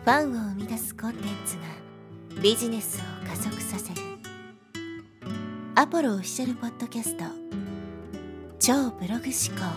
ファンを生み出すコンテンツがビジネスを加速させるアポロオフィシャルポッドキャスト超ブログ思考。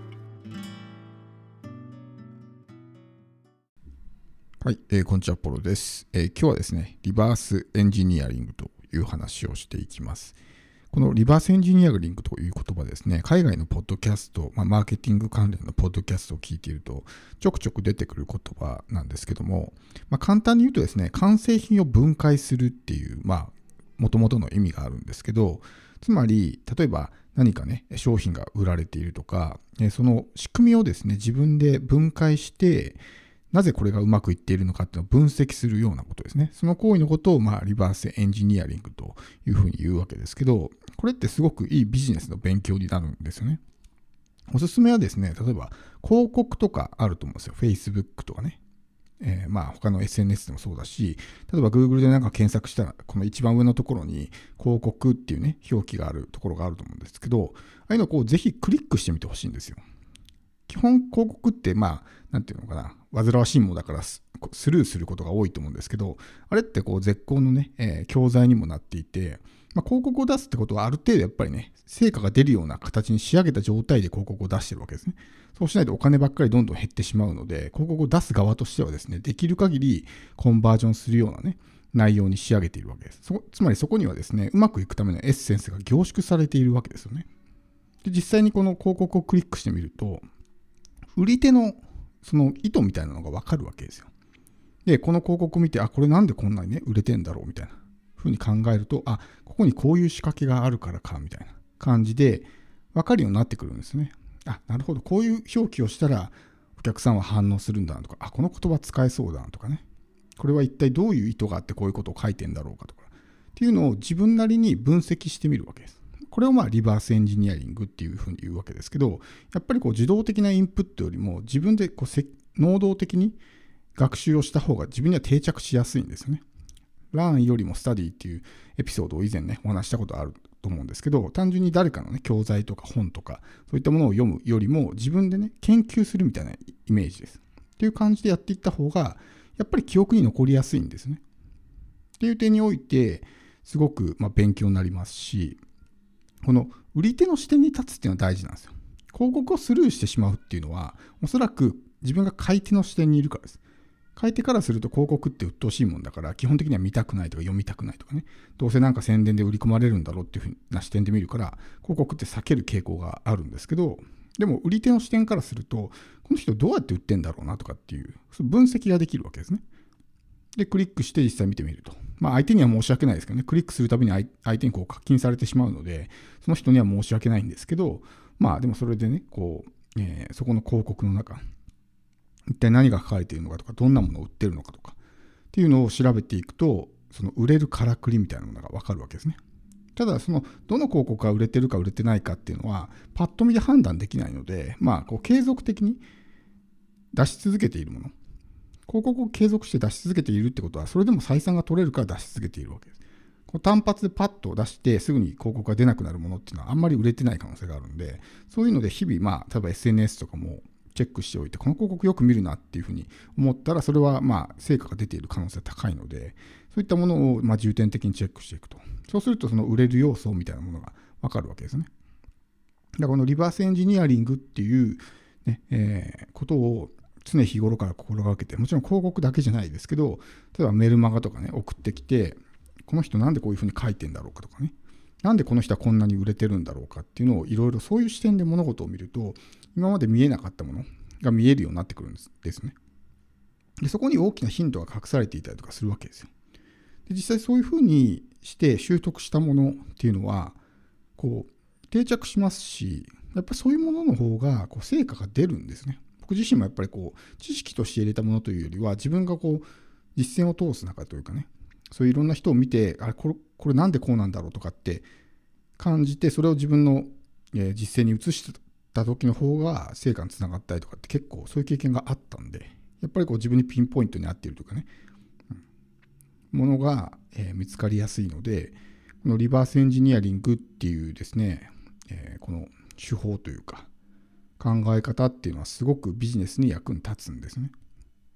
はい、こんにちは、アポロです。今日はですね、リバースエンジニアリングという話をしていきます。このリバースエンジニアリングという言葉ですね、海外のポッドキャスト、マーケティング関連のポッドキャストを聞いていると、ちょくちょく出てくる言葉なんですけども、簡単に言うとですね、完成品を分解するっていう、元々の意味があるんですけど、つまり、例えば何かね、商品が売られているとか、その仕組みをですね、自分で分解して、なぜこれがうまくいっているのかっていうのを分析するようなことですね。その行為のことをリバースエンジニアリングというふうに言うわけですけど、これってすごくいいビジネスの勉強になるんですよね。おすすめはですね、例えば広告とかあると思うんですよ。Facebook とかね。他の SNS でもそうだし、例えば Google で検索したら、この一番上のところに広告っていうね、表記があるところがあると思うんですけど、ああいうのをぜひクリックしてみてほしいんですよ。基本広告ってなんていうのかな、煩わしいものだからスルーすることが多いと思うんですけど、あれって絶好のね、教材にもなっていて、広告を出すってことはある程度やっぱりね、成果が出るような形に仕上げた状態で広告を出してるわけですね。そうしないとお金ばっかりどんどん減ってしまうので、広告を出す側としてはですね、できる限りコンバージョンするようなね、内容に仕上げているわけです。つまりそこにはですね、うまくいくためのエッセンスが凝縮されているわけですよね。で、実際にこの広告をクリックしてみると、売り手のその意図みたいなのが分かるわけですよ。で、この広告を見て、これなんでこんなにね、売れてんだろうみたいな風に考えると、ここにこういう仕掛けがあるからかみたいな感じで分かるようになってくるんですね。なるほど、こういう表記をしたらお客さんは反応するんだなとか、この言葉使えそうだなとかね。これは一体どういう意図があってこういうことを書いてんだろうかとかっていうのを自分なりに分析してみるわけです。これをリバースエンジニアリングっていうふうに言うわけですけど、やっぱり自動的なインプットよりも自分で能動的に学習をした方が自分には定着しやすいんですよね。ランよりもスタディっていうエピソードを以前ね、お話したことあると思うんですけど、単純に誰かのね、教材とか本とか、そういったものを読むよりも自分でね、研究するみたいなイメージです。っていう感じでやっていった方が、やっぱり記憶に残りやすいんですね。っていう点において、すごく勉強になりますし、この売り手の視点に立つっていうのは大事なんですよ。広告をスルーしてしまうっていうのは、おそらく自分が買い手の視点にいるからです。買い手からすると広告って鬱陶しいもんだから、基本的には見たくないとか読みたくないとかね、どうせ宣伝で売り込まれるんだろうっていうふうな視点で見るから、広告って避ける傾向があるんですけど、でも売り手の視点からすると、この人どうやって売ってんだろうなとかっていう分析ができるわけですね。で、クリックして実際見てみると。相手には申し訳ないですけどね、クリックするたびに相手に課金されてしまうので、その人には申し訳ないんですけど、でもそれでね、そこの広告の中、一体何が書かれているのかとか、どんなものを売ってるのかとか、っていうのを調べていくと、その売れるからくりみたいなものがわかるわけですね。ただ、どの広告が売れてるか売れてないかっていうのは、パッと見で判断できないので、継続的に出し続けているもの。広告を継続して出し続けているってことは、それでも採算が取れるから出し続けているわけです。単発でパッと出してすぐに広告が出なくなるものっていうのはあんまり売れてない可能性があるんで、そういうので日々、例えば SNS とかもチェックしておいて、この広告よく見るなっていうふうに思ったら、それは成果が出ている可能性が高いので、そういったものを重点的にチェックしていくと。そうするとその売れる要素みたいなものが分かるわけですね。だからこのリバースエンジニアリングっていう、ことを常日頃から心がけて、もちろん広告だけじゃないですけど、例えばメルマガとかね、送ってきて、この人なんでこういうふうに書いてんだろうかとかね、なんでこの人はこんなに売れてるんだろうかっていうのをいろいろそういう視点で物事を見ると、今まで見えなかったものが見えるようになってくるんですね。で、そこに大きなヒントが隠されていたりとかするわけですよ。で、実際そういうふうにして習得したものっていうのは、定着しますし、やっぱりそういうものの方が成果が出るんですね。僕自身もやっぱり知識として入れたものというよりは、自分が実践を通す中というかね、そういういろんな人を見て、これなんでこうなんだろうとかって感じて、それを自分の実践に移した時の方が成果につながったりとかって結構そういう経験があったんで、やっぱり自分にピンポイントに合っているというかね、ものが見つかりやすいので、このリバースエンジニアリングっていうですね、この手法というか考え方っていうのはすごくビジネスに役に立つんですね。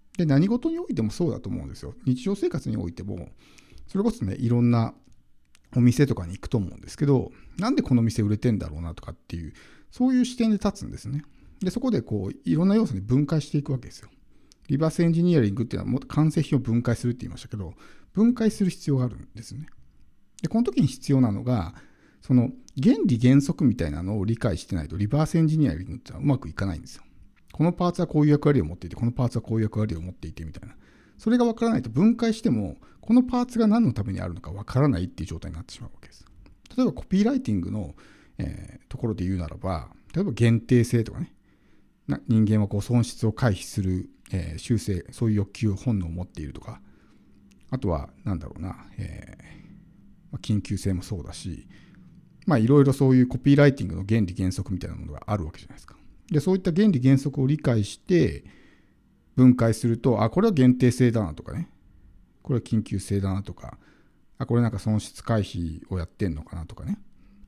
で、何事においてもそうだと思うんですよ。日常生活においても、それこそね、いろんなお店とかに行くと思うんですけど、なんでこの店売れてんだろうなとかっていう、そういう視点で立つんですね。で、そこでこう、いろんな要素に分解していくわけですよ。リバースエンジニアリングっていうのは、もっと完成品を分解するって言いましたけど、分解する必要があるんですね。で、この時に必要なのが、その原理原則みたいなのを理解してないと、リバースエンジニアリングってのはうまくいかないんですよ。このパーツはこういう役割を持っていて、このパーツはこういう役割を持っていてみたいな。それが分からないと分解しても、このパーツが何のためにあるのか分からないっていう状態になってしまうわけです。例えばコピーライティングの、ところで言うならば、例えば限定性とかね、人間はこう損失を回避する、習性、そういう欲求本能を持っているとか、あとはなんだろうな、緊急性もそうだし、いろいろそういうコピーライティングの原理原則みたいなものがあるわけじゃないですか。で、そういった原理原則を理解して分解すると、これは限定性だなとかね、これは緊急性だなとか、これなんか損失回避をやってんのかなとかね、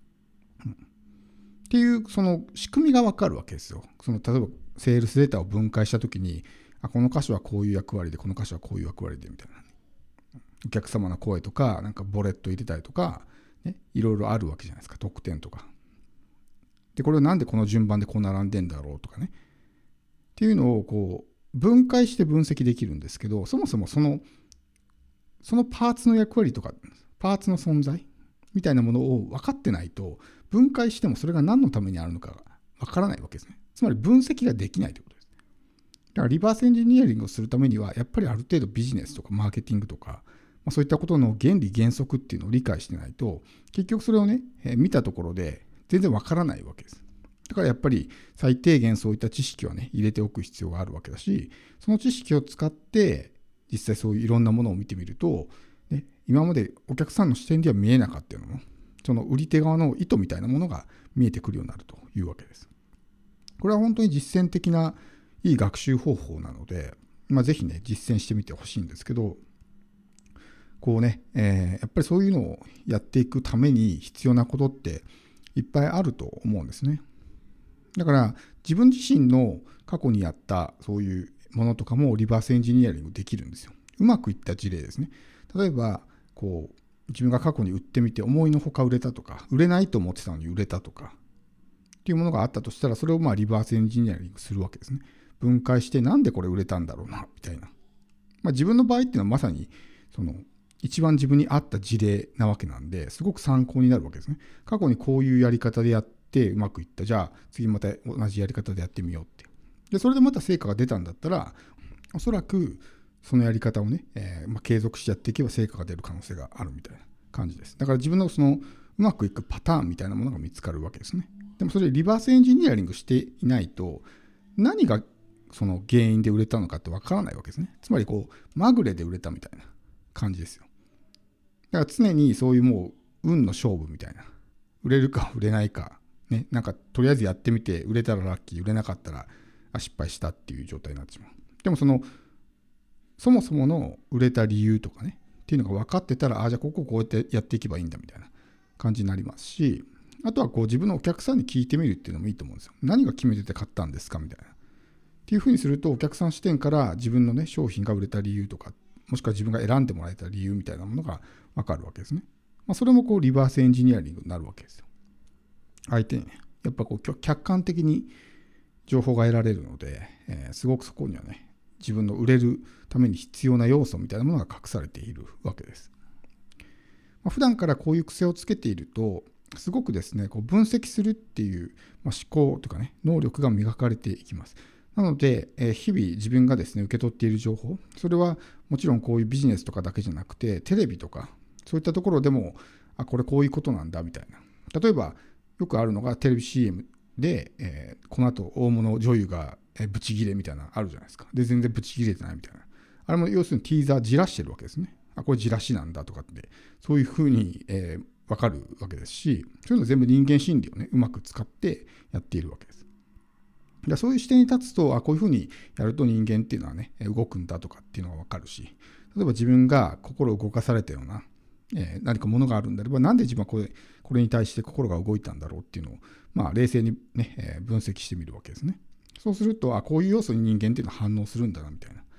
っていうその仕組みが分かるわけですよ。例えばセールスデータを分解したときに、この箇所はこういう役割で、この箇所はこういう役割でみたいな、お客様の声とか、なんかボレット入れたりとか、ね、いろいろあるわけじゃないですか、特典とか。で、これはなんでこの順番でこう並んでんだろうとかね。っていうのをこう分解して分析できるんですけど、そもそもそのパーツの役割とか、パーツの存在みたいなものを分かってないと、分解してもそれが何のためにあるのかが分からないわけですね。つまり分析ができないということです。だからリバースエンジニアリングをするためには、やっぱりある程度ビジネスとかマーケティングとか、そういったことの原理原則っていうのを理解してないと、結局それをね、見たところで全然わからないわけです。だからやっぱり最低限そういった知識はね、入れておく必要があるわけだし、その知識を使って実際そういういろんなものを見てみると、ね、今までお客さんの視点では見えなかったようなもの、その売り手側の意図みたいなものが見えてくるようになるというわけです。これは本当に実践的ないい学習方法なので、ぜひね、実践してみてほしいんですけど、こうね、やっぱりそういうのをやっていくために必要なことっていっぱいあると思うんですね。だから自分自身の過去にやったそういうものとかもリバースエンジニアリングできるんですよ。うまくいった事例ですね。例えばこう自分が過去に売ってみて思いのほか売れたとか、売れないと思ってたのに売れたとかっていうものがあったとしたら、それをリバースエンジニアリングするわけですね。分解してなんでこれ売れたんだろうなみたいな。自分の場合っていうのはまさにその一番自分に合った事例なわけなんで、すごく参考になるわけですね。過去にこういうやり方でやってうまくいった。じゃあ次また同じやり方でやってみようって。で、それでまた成果が出たんだったら、おそらくそのやり方をね、継続してやっていけば成果が出る可能性があるみたいな感じです。だから自分のそのうまくいくパターンみたいなものが見つかるわけですね。でもそれリバースエンジニアリングしていないと、何がその原因で売れたのかってわからないわけですね。つまりこうまぐれで売れたみたいな感じですよ。だから常にそういうもう運の勝負みたいな、売れるか売れないか、ね、なんかとりあえずやってみて売れたらラッキー、売れなかったら失敗したっていう状態になってしまう。でもそもそもの売れた理由とかねっていうのが分かってたら、じゃあこうやってやっていけばいいんだみたいな感じになりますし、あとはこう自分のお客さんに聞いてみるっていうのもいいと思うんですよ。何が決めてて買ったんですかみたいな。っていうふうにすると、お客さん視点から自分のね商品が売れた理由とか、もしくは自分が選んでもらえた理由みたいなものが分かるわけですね。それもこうリバースエンジニアリングになるわけですよ。相手にね、やっぱこう客観的に情報が得られるので、すごくそこにはね、自分の売れるために必要な要素みたいなものが隠されているわけです。普段からこういう癖をつけていると、すごくですね、こう分析するっていう、思考とかね、能力が磨かれていきます。なので、日々自分がですね、受け取っている情報、それはもちろんこういうビジネスとかだけじゃなくて、テレビとか、そういったところでも、これこういうことなんだみたいな。例えば、よくあるのがテレビ CM で、この後大物女優がブチギレみたいなのあるじゃないですか。で、全然ブチギレてないみたいな。あれも要するにティーザーじらしてるわけですね。これじらしなんだとかって、そういうふうに、分かるわけですし、そういうの全部人間心理をね、うまく使ってやっているわけです。そういう視点に立つと、こういうふうにやると人間っていうのはね、動くんだとかっていうのが分かるし、例えば自分が心を動かされたような、何かものがあるんであれば、なんで自分はこれに対して心が動いたんだろうっていうのを、冷静にね、分析してみるわけですね。そうすると、こういう要素に人間っていうのは反応するんだなみたいな。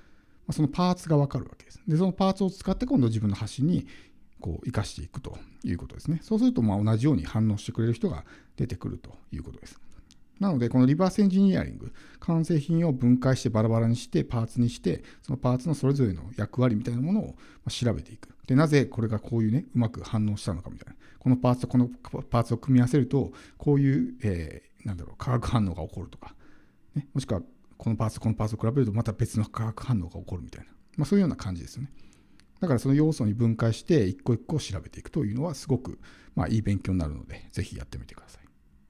そのパーツが分かるわけです。で、そのパーツを使って今度自分の発信にこう生かしていくということですね。そうすると同じように反応してくれる人が出てくるということです。なので、このリバースエンジニアリング、完成品を分解してバラバラにしてパーツにして、そのパーツのそれぞれの役割みたいなものを調べていく。で、なぜこれがこういうね、うまく反応したのかみたいな。このパーツとこのパーツを組み合わせると、こういう、化学反応が起こるとか、ね、もしくはこのパーツとこのパーツを比べるとまた別の化学反応が起こるみたいな。そういうような感じですよね。だからその要素に分解して一個一個調べていくというのはすごくいい勉強になるので、ぜひやってみてください。